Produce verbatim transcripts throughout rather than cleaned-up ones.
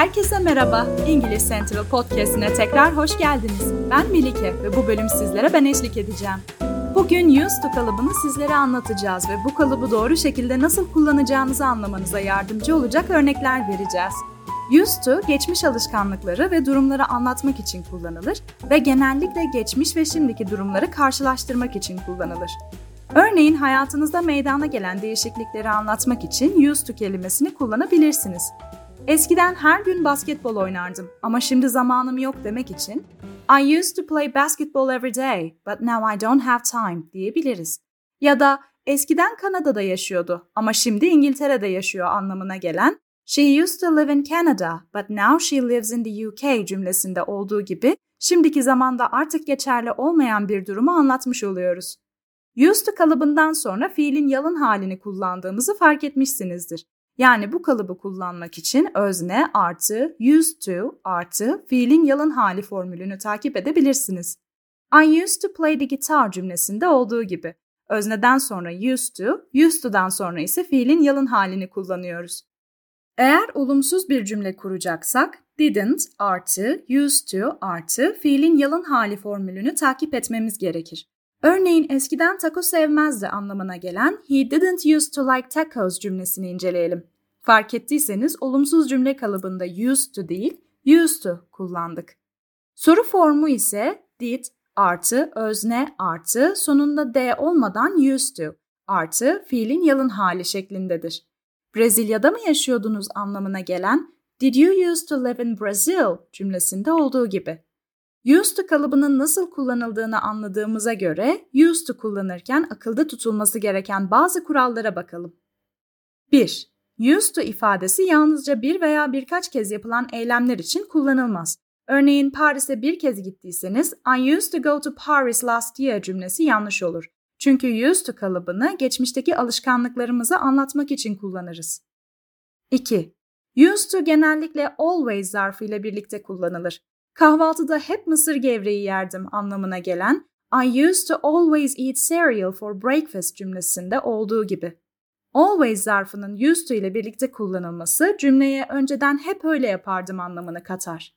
Herkese merhaba, İngiliz Central Podcast'ine tekrar hoş geldiniz. Ben Melike ve bu bölüm sizlere ben eşlik edeceğim. Bugün used to kalıbını sizlere anlatacağız ve bu kalıbı doğru şekilde nasıl kullanacağınızı anlamanıza yardımcı olacak örnekler vereceğiz. Used to, geçmiş alışkanlıkları ve durumları anlatmak için kullanılır ve genellikle geçmiş ve şimdiki durumları karşılaştırmak için kullanılır. Örneğin hayatınızda meydana gelen değişiklikleri anlatmak için used to kelimesini kullanabilirsiniz. Eskiden her gün basketbol oynardım ama şimdi zamanım yok demek için I used to play basketball every day, but now I don't have time diyebiliriz. Ya da eskiden Kanada'da yaşıyordu ama şimdi İngiltere'de yaşıyor anlamına gelen She used to live in Canada, but now she lives in the U K cümlesinde olduğu gibi şimdiki zamanda artık geçerli olmayan bir durumu anlatmış oluyoruz. Used to kalıbından sonra fiilin yalın halini kullandığımızı fark etmişsinizdir. Yani bu kalıbı kullanmak için özne artı used to artı fiilin yalın hali formülünü takip edebilirsiniz. I used to play the guitar cümlesinde olduğu gibi. Özneden sonra used to, used to'dan sonra ise fiilin yalın halini kullanıyoruz. Eğer olumsuz bir cümle kuracaksak didn't artı used to artı fiilin yalın hali formülünü takip etmemiz gerekir. Örneğin eskiden taco sevmezdi anlamına gelen he didn't used to like tacos cümlesini inceleyelim. Fark ettiyseniz olumsuz cümle kalıbında used to değil, used to kullandık. Soru formu ise did artı özne artı sonunda d olmadan used to artı fiilin yalın hali şeklindedir. Brezilya'da mı yaşıyordunuz anlamına gelen did you used to live in Brazil cümlesinde olduğu gibi. Used to kalıbının nasıl kullanıldığını anladığımıza göre used to kullanırken akılda tutulması gereken bazı kurallara bakalım. bir. Used to ifadesi yalnızca bir veya birkaç kez yapılan eylemler için kullanılmaz. Örneğin Paris'e bir kez gittiyseniz I used to go to Paris last year cümlesi yanlış olur. Çünkü used to kalıbını geçmişteki alışkanlıklarımızı anlatmak için kullanırız. iki. Used to genellikle always zarfıyla birlikte kullanılır. Kahvaltıda hep mısır gevreği yerdim anlamına gelen I used to always eat cereal for breakfast cümlesinde olduğu gibi. Always zarfının used to ile birlikte kullanılması cümleye önceden hep öyle yapardım anlamını katar.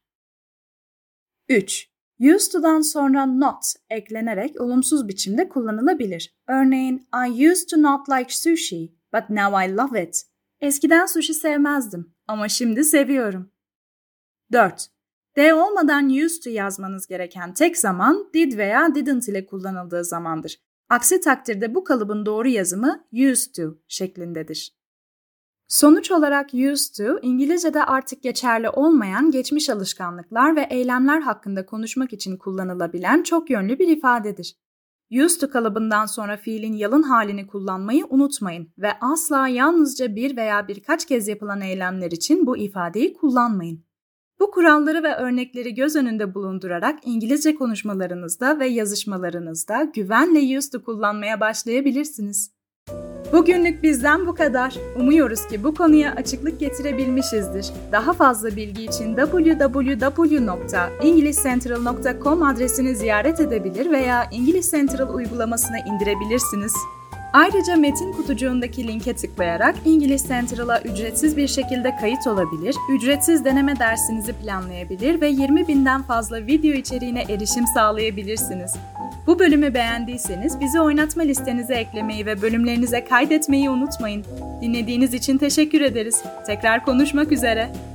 üç. Used to'dan sonra not eklenerek olumsuz biçimde kullanılabilir. Örneğin I used to not like sushi, but now I love it. Eskiden sushi sevmezdim ama şimdi seviyorum. dört. D olmadan used to yazmanız gereken tek zaman did veya didn't ile kullanıldığı zamandır. Aksi takdirde bu kalıbın doğru yazımı used to şeklindedir. Sonuç olarak used to, İngilizce'de artık geçerli olmayan geçmiş alışkanlıklar ve eylemler hakkında konuşmak için kullanılabilen çok yönlü bir ifadedir. Used to kalıbından sonra fiilin yalın halini kullanmayı unutmayın ve asla yalnızca bir veya birkaç kez yapılan eylemler için bu ifadeyi kullanmayın. Bu kuralları ve örnekleri göz önünde bulundurarak İngilizce konuşmalarınızda ve yazışmalarınızda güvenle used to kullanmaya başlayabilirsiniz. Bugünlük bizden bu kadar. Umuyoruz ki bu konuya açıklık getirebilmişizdir. Daha fazla bilgi için double-u double-u double-u nokta english central nokta com adresini ziyaret edebilir veya English Central uygulamasını indirebilirsiniz. Ayrıca metin kutucuğundaki linke tıklayarak English Central'a ücretsiz bir şekilde kayıt olabilir, ücretsiz deneme dersinizi planlayabilir ve yirmi binden fazla video içeriğine erişim sağlayabilirsiniz. Bu bölümü beğendiyseniz bizi oynatma listenize eklemeyi ve bölümlerinize kaydetmeyi unutmayın. Dinlediğiniz için teşekkür ederiz. Tekrar konuşmak üzere.